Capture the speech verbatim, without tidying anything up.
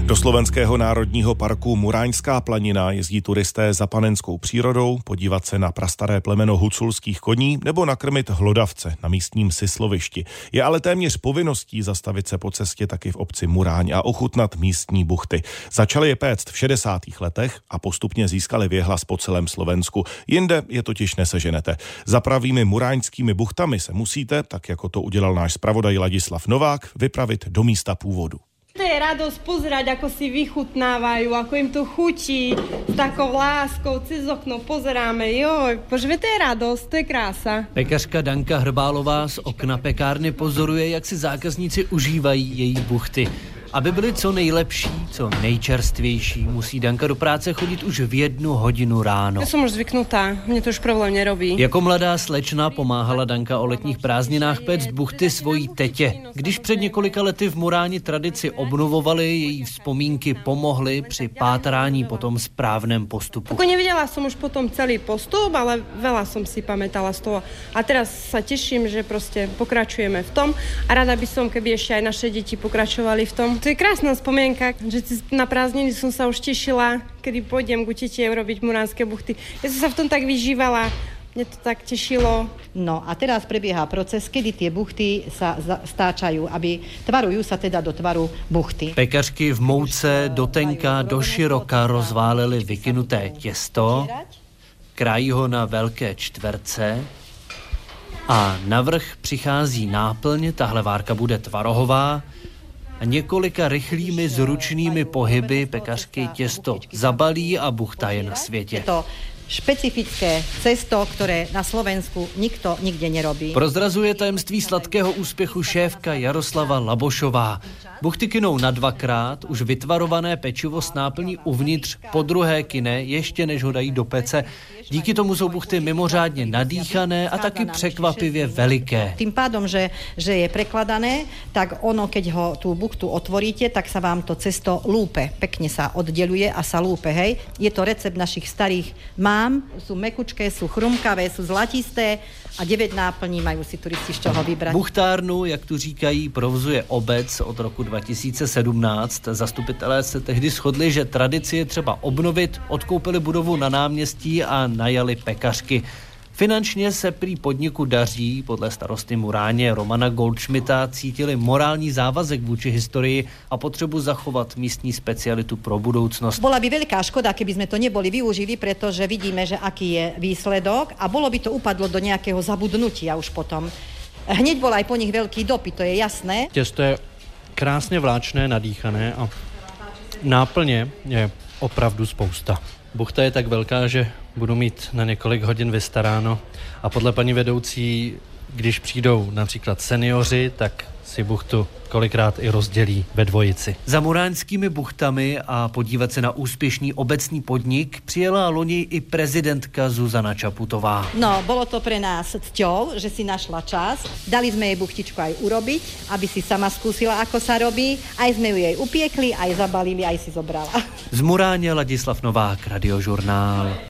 Do slovenského národního parku Muráňská planina jezdí turisté za panenskou přírodou, podívat se na prastaré plemeno huculských koní nebo nakrmit hlodavce na místním syslovišti. Je ale téměř povinností zastavit se po cestě taky v obci Muráň a ochutnat místní buchty. Začali je péct v šedesátých letech a postupně získali věhlas po celém Slovensku. Jinde je totiž neseženete. Za pravými muráňskými buchtami se musíte, tak jako to udělal náš zpravodaj Ladislav Novák, vypravit do místa původu. To je radosť pozerať, ako si vychutnávajú, ako im to chutí, s takou láskou, cez okno pozeráme, joj, bože, to je radosť, to je krása. Pekařka Danka Hrbálová z okna pekárny pozoruje, jak si zákazníci užívají její buchty. Aby byly co nejlepší, co nejčerstvější, musí Danka do práce chodit už v jednu hodinu ráno. Já jsem už zvyknutá, mě to už problém nerobí. Jako mladá slečna pomáhala Danka o letních prázdninách péct buchty svojí tetě. Když před několika lety v Muráni tradici obnovovali, její vzpomínky pomohly při pátrání po tom správném postupu. Ako nevidela som už potom celý postup, ale veľa som si pamätala z toho. A teraz sa teším, že proste pokračujeme v tom a rada by som, keby ešte aj naše deti pokračovali v tom. To je krásna spomienka, že na prázdniny som sa už tešila, kedy pôjdem ku tete urobiť muránske buchty. Ja som sa v tom tak vyžívala, mne to tak tešilo. No a teraz prebieha proces, kedy tie buchty sa stáčajú, aby tvarujú sa teda do tvaru buchty. Pekařky v mouce do tenka, do široka rozválely vykynuté těsto, krají ho na velké čtverce a navrch přichází náplň, tahle várka bude tvarohová, a několika rychlými zručnými pohyby pekařky těsto zabalí a buchta je na světě. Je to špecifické cesto, které na Slovensku nikto nikde nerobí. Prozrazuje tajemství sladkého úspěchu šéfka Jaroslava Labošová. Buchty kynou na dvakrát, už vytvarované pečivo s náplní uvnitř, po druhé kyne, ještě než ho dají do pece. Díky tomu jsou buchty mimořádně nadýchané a taky překvapivě veliké. Tým pádom, že, že je prekladané, tak ono, keď ho tú buchtu otvoríte, tak sa vám to cesto lúpe. Pekne sa oddeluje a sa lúpe, hej. Je to recept našich starých mám, sú mekučké, sú chrumkavé, sú zlatisté a devět náplní mají si turisti z čeho vybrat. Buchtárnu, jak tu říkají, provozuje obec od roku dva tisíce sedmnáct. Zastupitelé se tehdy shodli, že tradici je třeba obnovit, odkoupili budovu na náměstí a najali pekařky. Finančně se prý podniku daří, podle starosty Muráně Romana Goldschmidta cítili morální závazek vůči historii a potřebu zachovat místní specialitu pro budoucnost. Bola by veľká škoda, keby sme to neboli využili, pretože vidíme, že aký je výsledok a bolo by to upadlo do nejakého zabudnutia už potom. Hneď bol aj po nich veľký dopyt, to je jasné. Těsto je krásně vláčné, nadýchané a náplně je opravdu spousta. Buchta je tak velká, že budu mít na několik hodin vystaráno a podle paní vedoucí, když přijdou například seniori, tak si buchtu kolikrát i rozdělí ve dvojici. Za muráňskými buchtami a podívat se na úspěšný obecný podnik přijela loni i prezidentka Zuzana Čaputová. No, bolo to pre nás cťou, že si našla čas. Dali sme jej buchtičku aj urobiť, aby si sama skúsila, ako sa robí. Aj sme ju jej upiekli, aj zabalili, aj si zobrala. Z Muráně Ladislav Novák, Radiožurnál.